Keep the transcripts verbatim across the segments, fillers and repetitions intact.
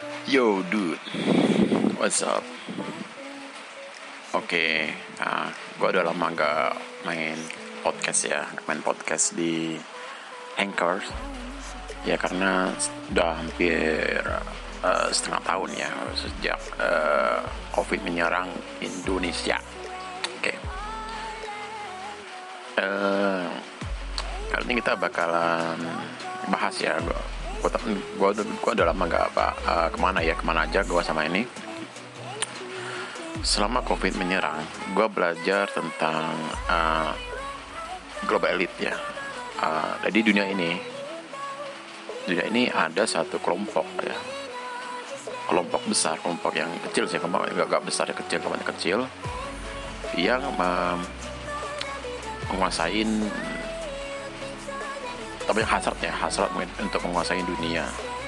Yo, dude, what's up? Oke, nah, gue udah lama gak main podcast ya, gak main podcast di Anchor. Ya karena udah hampir uh, setengah tahun ya sejak uh, COVID menyerang Indonesia. Oke, uh, kali ini kita bakalan bahas ya. Gue gue gue udah lama gak apa uh, kemana ya kemana aja gue sama ini. Selama COVID menyerang, gue belajar tentang uh, global elite ya. Uh, jadi dunia ini, dunia ini ada satu kelompok ya, kelompok besar, kelompok yang kecil sih, kelompok yang gak besar ya kecil, kelompok yang kecil yang um, menguasain, tapi hasrat ya, hasrat untuk menguasai dunia.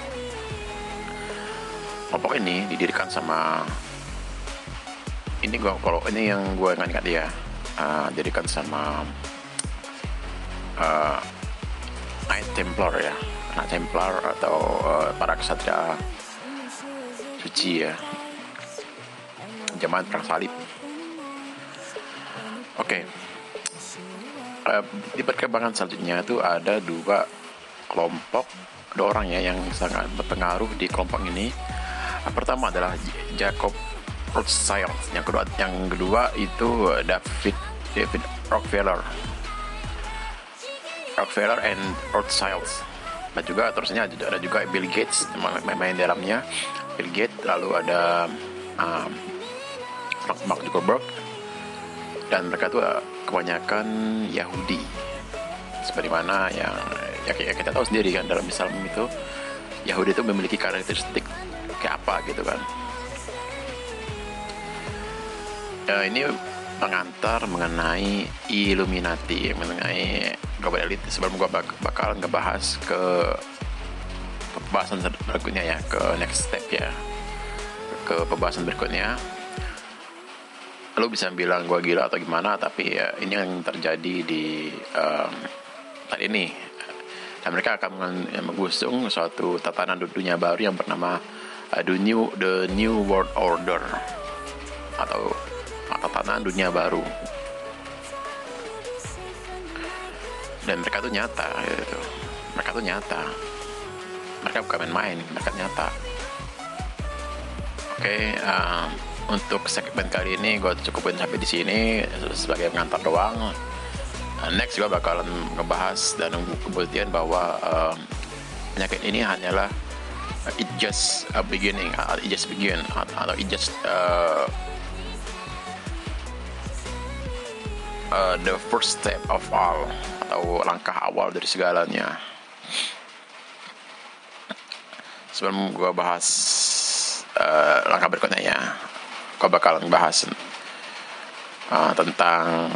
Kelompok ini didirikan sama ini gua kalau ini yang gue ingat dia uh, didirikan sama uh, Knight Templar ya, Knight Templar atau uh, para ksatria suci ya, jemaat perang salib. Oke, okay. uh, di perkembangan selanjutnya itu ada dua kelompok, dua orang ya yang sangat berpengaruh di kelompok ini. Uh, pertama adalah Jacob Rothschild, yang kedua yang kedua itu David David Rockefeller Rockefeller and Rothschild. Dan juga terusnya ada juga Bill Gates main-main dalamnya, Bill Gates, lalu ada um, Mark Zuckerberg, dan mereka tuh kebanyakan Yahudi. Seperti mana yang ya kita tahu sendiri kan, dalam Islam itu Yahudi itu memiliki karakteristik kayak apa gitu kan. Uh, ini mengantar mengenai Illuminati, mengenai global elite. Sebelum gua bak- bakal ngebahas ke pembahasan berikutnya ya, ke next step ya, ke pembahasan berikutnya. Lo bisa bilang gua gila atau gimana, tapi ya ini yang terjadi di um, saat ini. Dan mereka akan mengusung suatu tatanan dunia baru yang bernama uh, the new the new world order atau tatanan dunia baru. Dan mereka tuh nyata gitu. Mereka tuh nyata. Mereka bukan main-main, mereka nyata. Oke, okay, uh, untuk segmen kali ini gue cukupin sampai di sini sebagai pengantar doang. Uh, next gue bakalan ngebahas dan membuktikan bahwa uh, penyakit ini hanyalah uh, it just a beginning, uh, it just begin atau it just uh, Uh, the first step of all, atau langkah awal dari segalanya. Sebelum gue bahas uh, langkah berikutnya ya, gue bakalan bahas uh, tentang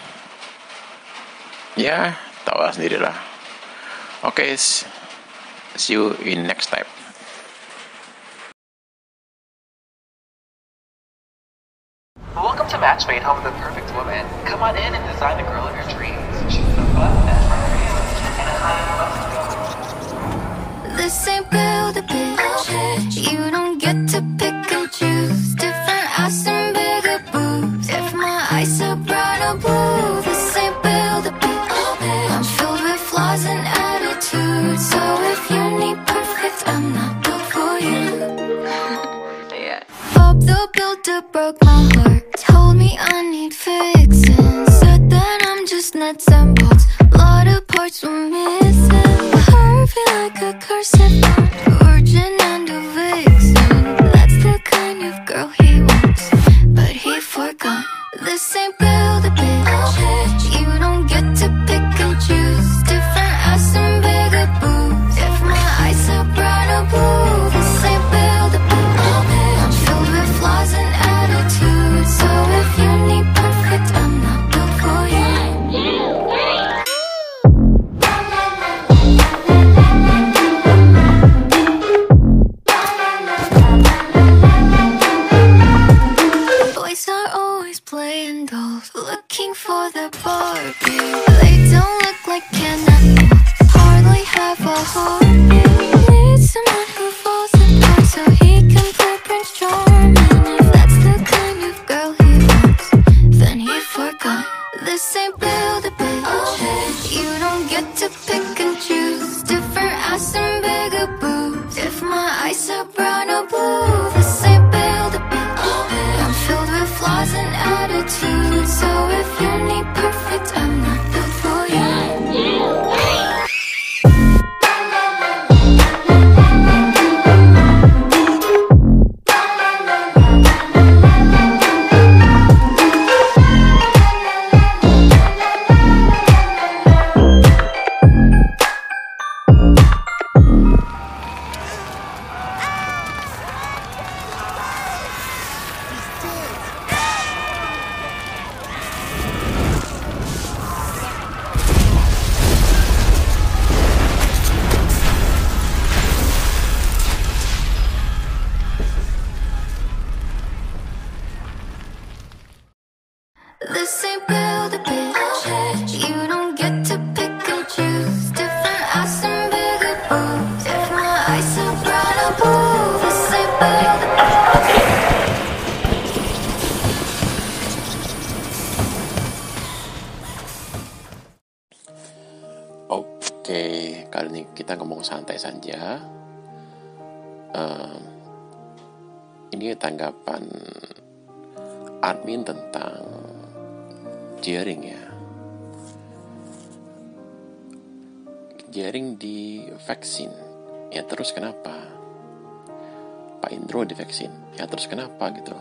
ya tahu sendiri lah. Oke, okay, see you in next step. Welcome to Matchmade, home of the perfect woman. Come on in and design the girl of your dreams. She's the fun and and a high This ain't build a bitch. You don't get to pick and choose. Different ass and bigger boobs. If my eyes are brown or blue, this ain't build a bitch. I'm filled with flaws and attitudes. So if you need perfect, I'm not built for you. Yeah. Bob the Builder broke my heart. Told me I need fixing. Said that I'm just nuts and bolts. A lot of parts were missing. Perfect like a corset. Virgin and a vixen. That's the kind of girl he wants, but he forgot. This ain't build a bitch. You don't get to pick and choose. Different ass and bigger boobs. If my eyes are brown or blue, this ain't build a bitch. I'm filled with flaws and attitudes. So if you need perfect, I'm not built for you. Boys are always playing dolls. eyes are brown or blue, this ain't built to be. I'm filled with flaws and attitudes, so if you need perfect, I'm not built for you. This ain't build a bitch. You don't get to pick and choose. Different ass and bigger boobs. If my eyes are brown or blue, this ain't build a Oke, kali ini kita ngomong santai saja. Um, ini tanggapan admin tentang jaring ya. Jaring di vaksin. Ya terus kenapa? Pak Indro di vaksin. Ya terus kenapa gitu.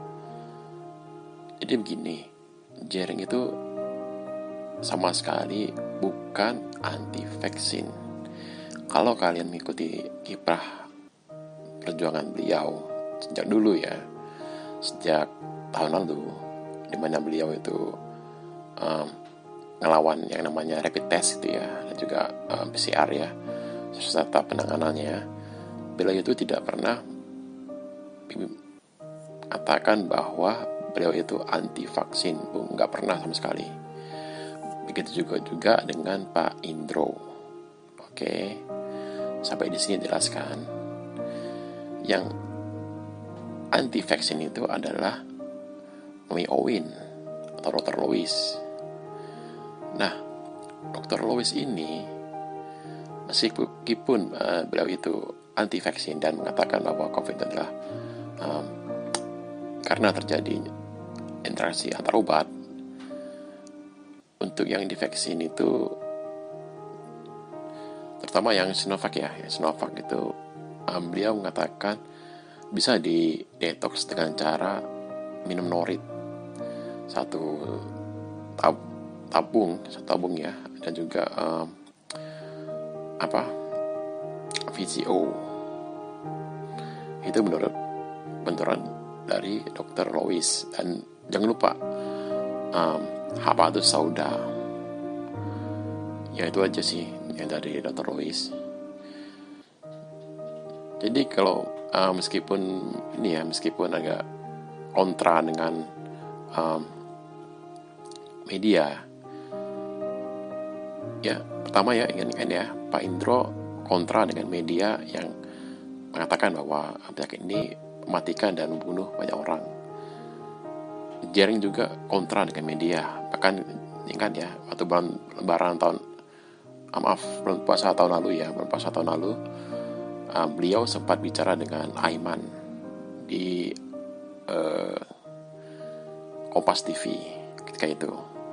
Jadi begini, jaring itu sama sekali bukan anti vaksin. Kalau kalian mengikuti kiprah perjuangan beliau sejak dulu ya, sejak tahun lalu, di mana beliau itu um, ngelawan yang namanya rapid test itu ya, dan juga um, P C R ya, serta penanganannya, beliau itu tidak pernah katakan bahwa beliau itu anti vaksin, nggak pernah sama sekali. Begitu juga juga dengan Pak Indro. Oke, sampai di sini jelaskan. Yang anti vaksin itu adalah Mami Owen atau dokter Lois. Nah, dokter Lois ini meskipun uh, beliau itu anti vaksin dan mengatakan bahwa COVID adalah um, karena terjadi interaksi antar obat, untuk yang divaksin itu terutama yang Sinovac ya, yang Sinovac itu um, beliau mengatakan bisa di detox dengan cara minum norit satu tab, tabung satu tabung ya, dan juga um, apa V C O. Itu menurut benturan dari dokter Lois. Dan jangan lupa um, Habatus Sauda. Ya itu aja sih yang dari dokter Lois. Jadi kalau uh, meskipun ini ya, meskipun agak kontra dengan um, media, ya pertama ya ingat-ingat ya, Pak Indro kontra dengan media yang mengatakan bahwa penyakit ini mematikan dan membunuh banyak orang. Jaring juga kontra dengan media. Bahkan ingat ya, waktu bulan lebaran tahun ah, maaf bulan puasa tahun lalu ya, bulan puasa tahun lalu, uh, beliau sempat bicara dengan Aiman di uh, Kompas T V ketika itu.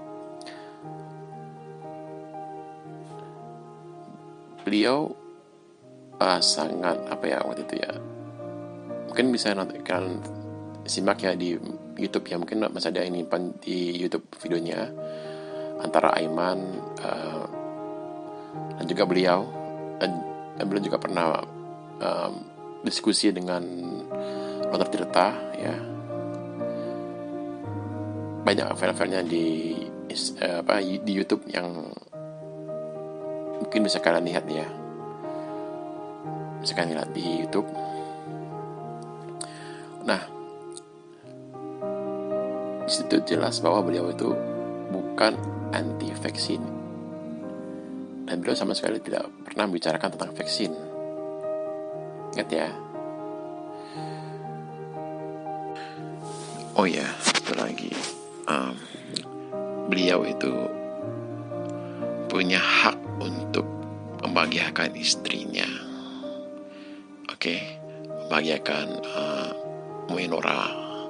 Beliau uh, sangat apa ya waktu itu ya, mungkin bisa nonton simak ya di YouTube ya, mungkin masih ada ini di YouTube videonya antara Aiman uh, dan juga beliau, dan, dan beliau juga pernah um, diskusi dengan Dokter Tirta ya. Banyak file-filenya di uh, apa di YouTube yang mungkin bisa kalian lihat ya, bisa kalian lihat di YouTube. Nah, disitu jelas bahwa beliau itu bukan anti vaksin, dan beliau sama sekali tidak pernah membicarakan tentang vaksin. Ingat ya. Oh ya, satu lagi, um, beliau itu punya hak untuk membahagiakan istrinya. Oke, okay? membahagiakan uh, Nora.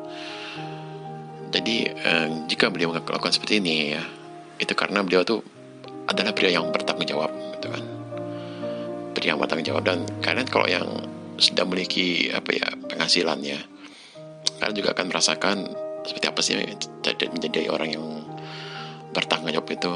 Jadi uh, jika beliau melakukan seperti ini ya, itu karena beliau tuh adalah pria yang bertanggung jawab, gitu kan. Pria yang bertanggung jawab, dan kalian kalau yang sudah memiliki apa ya penghasilannya, kalian juga akan merasakan seperti apa sih menjadi orang yang bertanggung jawab itu.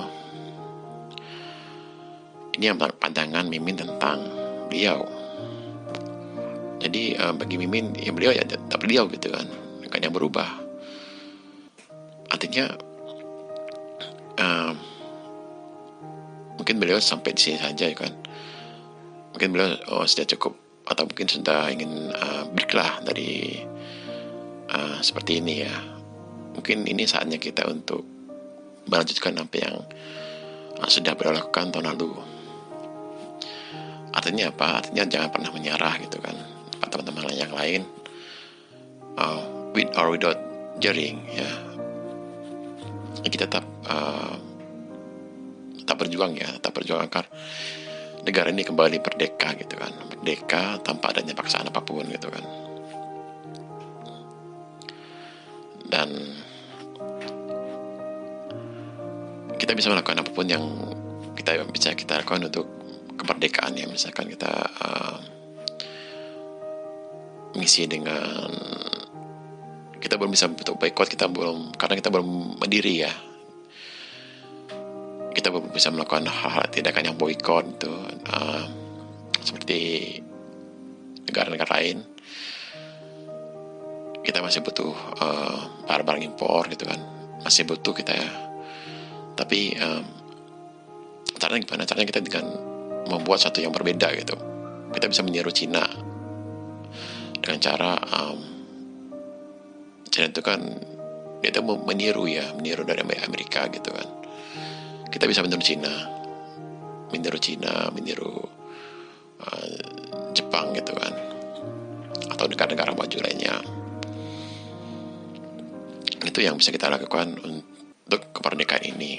Ini yang pandangan Mimin tentang beliau. Jadi uh, bagi Mimin, ya beliau ya tetap beliau gitu kan, bukan yang berubah. Artinya uh, mungkin beliau sampai di sini saja ya kan. Mungkin beliau oh, sudah cukup, atau mungkin sudah ingin uh, berkelah dari uh, seperti ini ya. Mungkin ini saatnya kita untuk melanjutkan apa yang uh, sudah beliau lakukan tahun lalu. Artinya apa? Artinya jangan pernah menyerah gitu kan. Teman-teman yang lain, uh, with or without jaring ya, kita tetap uh, tetap berjuang ya, tetap berjuang agar negara ini kembali merdeka gitu kan, merdeka tanpa adanya paksaan apapun gitu kan. Dan kita bisa melakukan apapun yang kita bisa kita lakukan untuk kemerdekaan ya. Misalkan kita uh, mengisi dengan, kita belum bisa bentuk boykot, kita belum, karena kita belum mandiri ya, kita belum bisa melakukan hal-hal tindakan yang boykot itu uh, seperti negara-negara lain. Kita masih butuh uh, barang-barang impor gitu kan, masih butuh kita ya. Tapi um, caranya gimana? Caranya kita dengan membuat satu yang berbeda gitu. Kita bisa meniru Cina dengan cara um, China itu kan dia itu meniru ya, meniru dari Amerika gitu kan. Kita bisa meniru Cina, meniru Cina, meniru uh, Jepang gitu kan, atau negara-negara maju lainnya. Itu yang bisa kita lakukan untuk kemerdekaan ini.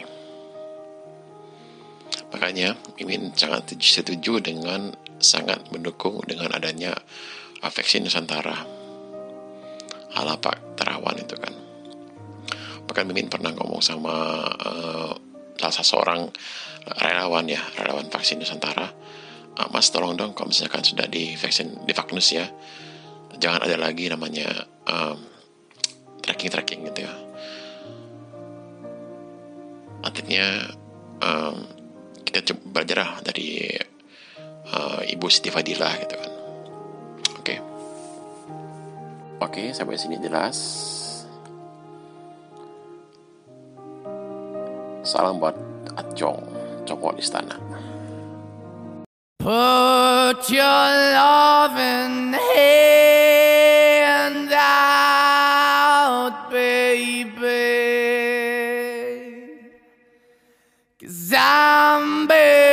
Makanya Mimin sangat setuju dengan, sangat mendukung dengan adanya vaksin Nusantara ala Pak Terawan itu kan. Bahkan Mimin pernah ngomong sama uh, salah seorang relawan ya, relawan vaksin Nusantara, uh, Mas tolong dong kalau misalkan sudah di vaksin, di Vaknus ya, jangan ada lagi namanya um, tracking-tracking gitu ya. Artinya um, kita coba belajar dari uh, Ibu Siti Fadilah gitu kan. Oke, okay, sampai sini jelas. Salam buat Acong, cowok istana. Put your loving hand out, baby, 'cause I'm begging.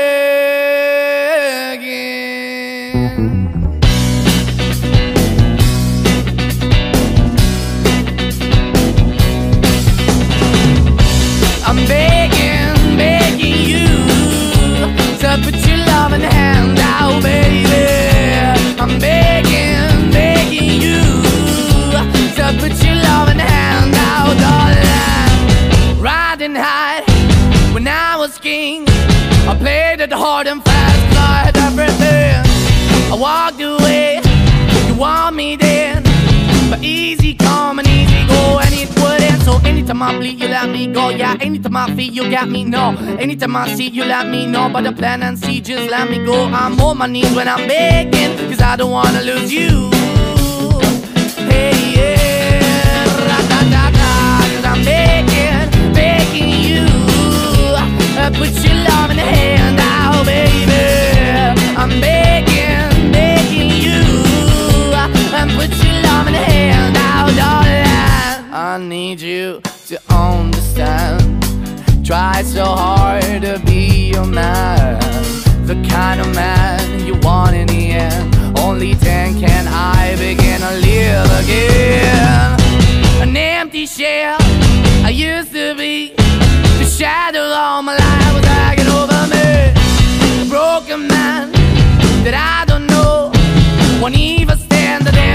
I'm begging, begging you to put your loving hand out, baby. I'm begging, begging you to put your loving hand out, darling. Riding high when I was king, I played it hard and fast, 'cause I had everything. I walked away, you want me then, but easy come and easy go, and it wouldn't. So anytime I bleed, you let me go. Yeah, anytime I feel, you got me, no. Anytime I see, you let me know. But the plan and see, just let me go. I'm on my knees when I'm begging, 'cause I don't wanna lose you. Hey, yeah, ra-da-da-da, 'cause I'm begging, begging you, uh, put your love in the hand out, baby. I'm begging, begging you, uh, put your love in the hand out, darling. I need you to understand. Try so hard to be your man, the kind of man you want in the end. Only then can I begin to live again. An empty shell I used to be, the shadow all my life was hanging over me. A broken man that I don't know won't even stand there.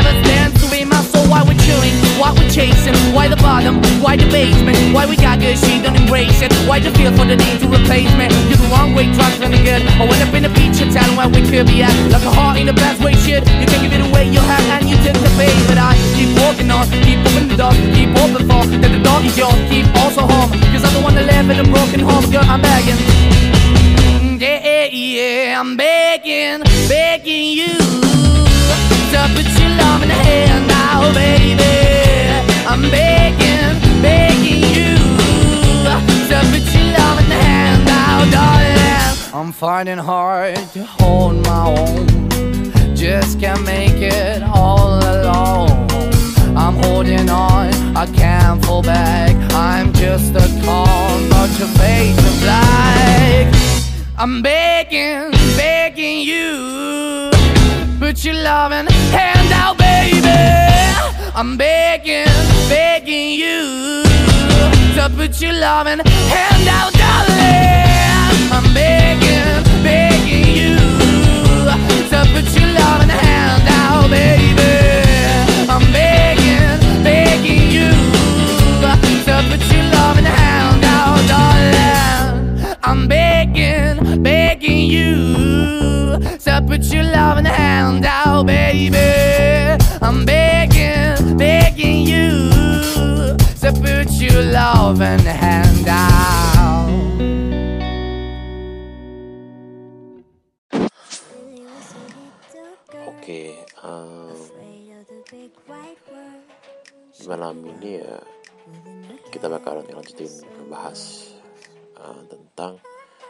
Why the basement? Why we got good, she don't embrace it? Why the feel for the need to replace me? You're the wrong way, trying to good. I went up in the feature town where we could be at. Like a heart in the best way, shit. You can give it away, you have, and you took the bait. But I keep walking on, keep moving the dog, keep open for that the dog is yours, keep also home. Cause I'm the one that live in a broken home, girl, I'm begging. Yeah, yeah, yeah, I'm begging, begging you to put your love in the hand now, baby. I'm begging, begging you to put your love in the hand now, darling. I'm finding hard to hold my own, just can't make it all alone. I'm holding on, I can't fall back. I'm just a call, not your face of black. I'm begging, begging you, put your loving hand out, baby. I'm begging, begging you to put your loving hand out, darling. I'm begging, begging you to put your loving hand out, baby. I'm begging, begging you to put your loving hand out, darling. I'm begging, begging you to put your loving hand out, baby. I'm begging, begging you to put your loving hand out. Oke, um, malam ini ya kita bakalan lanjutin membahas uh, tentang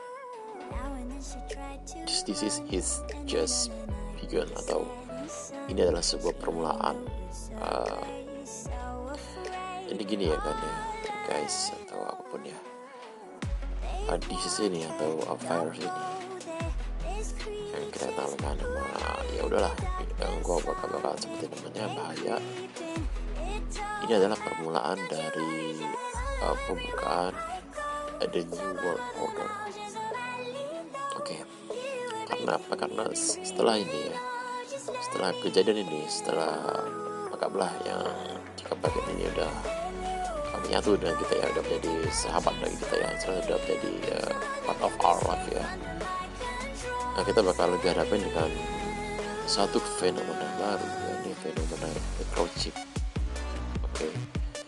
this, this is, is just begun, atau ini adalah sebuah permulaan. Uh, jadi gini ya kan ya guys, atau apapun ya, uh, disease ini atau uh, virus ini yang kita tahu kan nama, ya udahlah, yang gue bakal bakal sebutin namanya bahaya. Ini adalah permulaan dari uh, pembukaan uh, the New World Order. Oke, okay. Karena apa? Karena setelah ini ya, setelah kejadian ini, setelah makablah yang jika bagian ini udah menyatu dengan kita ya, udah menjadi sahabat dari kita ya, setelah udah menjadi uh, part of our life ya. Nah, kita bakal dihadapin dengan satu fenomena baru, yakni fenomena microchip. Oke. Okay.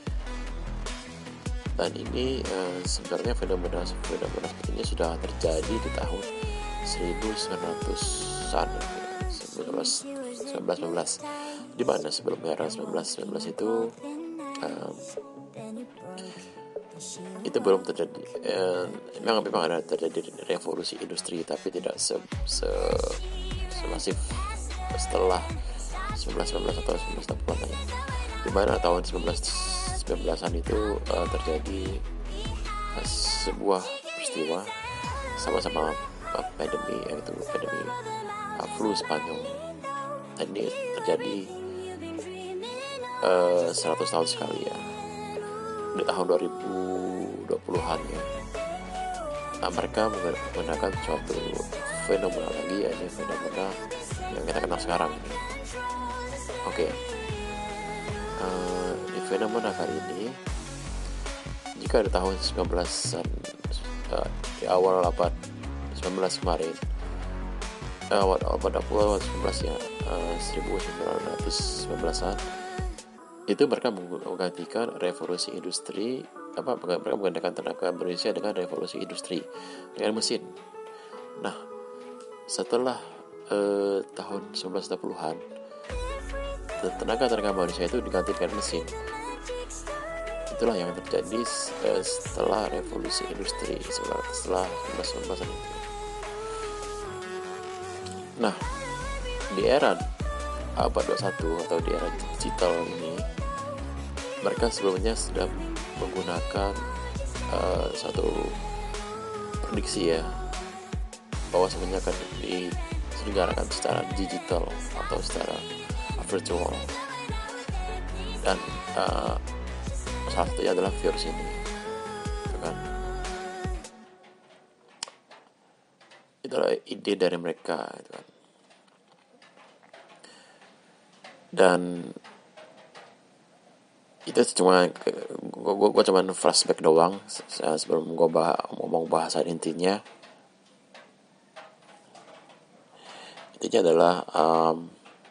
Dan ini uh, sebenarnya fenomena fenomena seperti ini sudah terjadi di tahun seribu sembilan ratusan, sembilan belas sembilan belas. Di mana sebelum era sembilan belas sembilan belas itu um, itu belum terjadi. Eh, memang memang ada terjadi revolusi industri, tapi tidak se, se, semasif setelah sembilan belas sembilan belas atau sembilan belas enam puluhan ya. Di mana tahun sembilan belas sembilan belasan itu uh, terjadi uh, sebuah peristiwa sama-sama uh, pandemi, yaitu pandemi uh, flu Spanyol. Dan ini terjadi uh, seratus tahun sekali ya, di tahun dua ribu dua puluhan ya. Nah, mereka menggunakan suatu fenomena lagi, yaitu fenomena yang kita kenal sekarang ini. Oke, okay. uh, di fenomena kali ini, jika di tahun sembilan belasan uh, di awal abad sembilan belas kemarin, uh, awal abad awal sembilan belas ya, uh, seribu sembilan ratus sembilan belasan, itu mereka menggantikan revolusi industri, apa mereka menggantikan tenaga manusia dengan revolusi industri dengan mesin. Nah, setelah eh, tahun sembilan belas enam puluhan, tenaga-tenaga manusia itu diganti dengan mesin. Itulah yang terjadi eh, setelah revolusi industri, setelah sembilan belas sembilan belasan itu. Nah, di era abad dua puluh satu atau di era digital ini, mereka sebelumnya sudah menggunakan uh, satu prediksi ya, bahwa sebenarnya akan diselenggarakan secara digital atau secara virtual, dan uh, salah satunya adalah virus ini, kan? Itu adalah ide dari mereka, gitu kan? Dan itu cuma gue gue gue cuman flashback doang sebelum gue bah ngomong bahasan intinya. Intinya adalah um,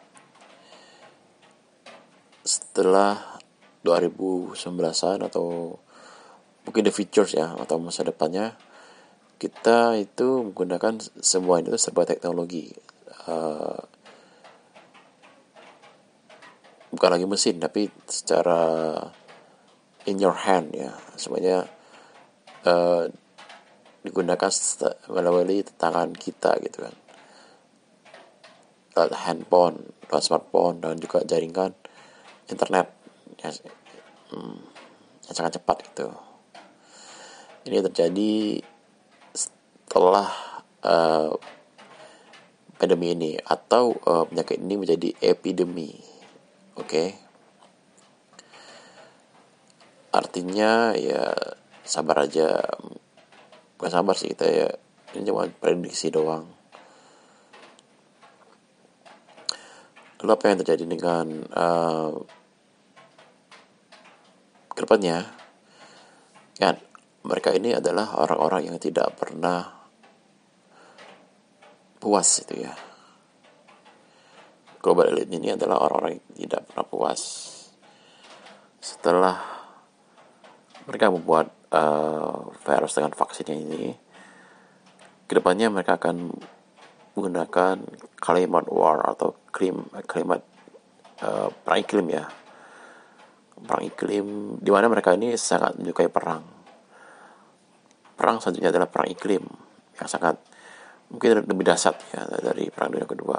setelah dua ribu sembilan belasan atau mungkin the futures ya, atau masa depannya, kita itu menggunakan semua itu serba teknologi. Uh, bukan lagi mesin, tapi secara in your hand ya, semuanya uh, digunakan melalui tangan kita gitu kan, lewat handphone, lewat smartphone, dan juga jaringan internet ya, hmm, yang sangat cepat gitu. Ini terjadi setelah uh, pandemi ini, atau uh, penyakit ini menjadi epidemi. Oke, okay? Artinya ya sabar aja, bukan sabar sih kita ya, ini cuma prediksi doang. Lalu apa yang terjadi dengan uh, kedepannya? Kan mereka ini adalah orang-orang yang tidak pernah puas itu ya. Global elite ini adalah orang-orang yang tidak pernah puas. Setelah mereka membuat uh, virus dengan vaksinnya ini, kedepannya mereka akan menggunakan climate war atau klim, climate uh, perang iklim ya, perang iklim, di mana mereka ini sangat menyukai perang. Perang selanjutnya adalah perang iklim yang sangat mungkin lebih dahsyat ya dari perang dunia kedua.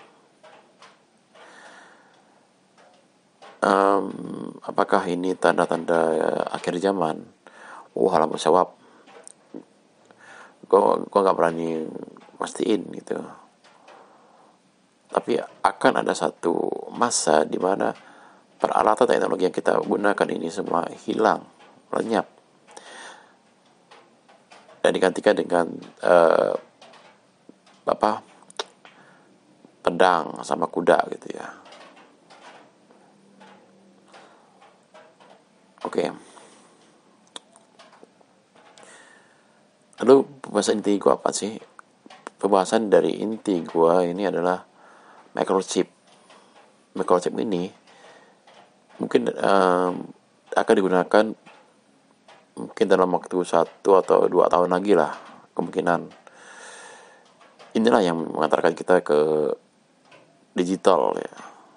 Um, apakah ini tanda-tanda akhir zaman? Oh, halaman jawab. Gue gue nggak berani pastiin gitu. Tapi akan ada satu masa di mana peralatan teknologi yang kita gunakan ini semua hilang, lenyap, dan digantikan dengan uh, apa pedang sama kuda gitu ya. Oke. Okay. Lalu pembahasan inti gue apa sih? Pembahasan dari inti gue ini adalah microchip. Microchip ini mungkin um, akan digunakan mungkin dalam waktu satu atau dua tahun lagi lah, kemungkinan. Inilah yang mengantarkan kita ke digital ya.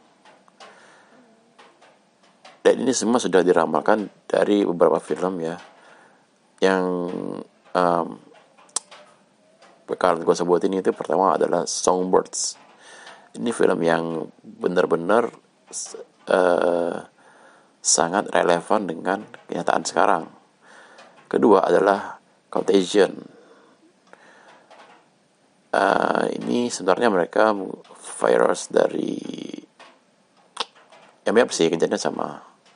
Dan ini semua sudah diramalkan dari beberapa film ya, yang um, bakal gue sebutin itu pertama adalah Songbirds. Ini film yang benar-benar uh, sangat relevan dengan kenyataan sekarang. Kedua adalah Contagion. Uh, ini sebenarnya mereka virus dari ya mirip sih kejadiannya sama.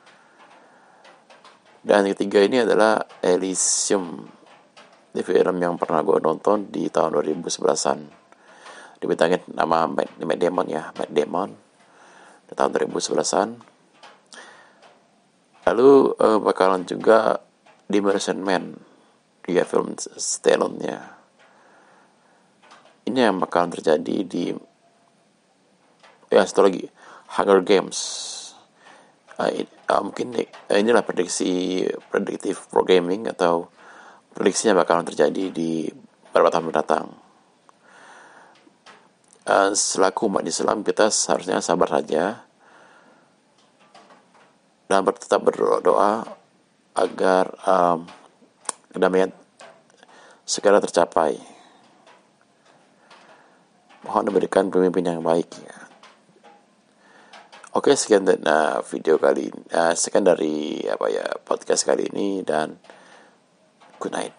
Dan ketiga ini adalah Elysium. Ini film yang pernah gue nonton di tahun dua ribu sebelasan. Dibintangin nama Matt, Matt Damon ya, Matt Damon di tahun dua ribu sebelasan. Lalu uh, bakalan juga The Martian Man, ya film Stallone ya. Ini yang bakalan terjadi di ya satu lagi Hunger Games. Uh, uh, mungkin uh, inilah prediksi predictive programming atau prediksinya bakalan terjadi di beberapa tahun mendatang. Uh, selaku umat Islam kita seharusnya sabar saja dan tetap berdoa agar um, kedamaian segera tercapai. Mohon diberikan pemimpin yang baik ya. Oke, sekian uh, video kali uh, sekian dari apa ya podcast kali ini, dan good night.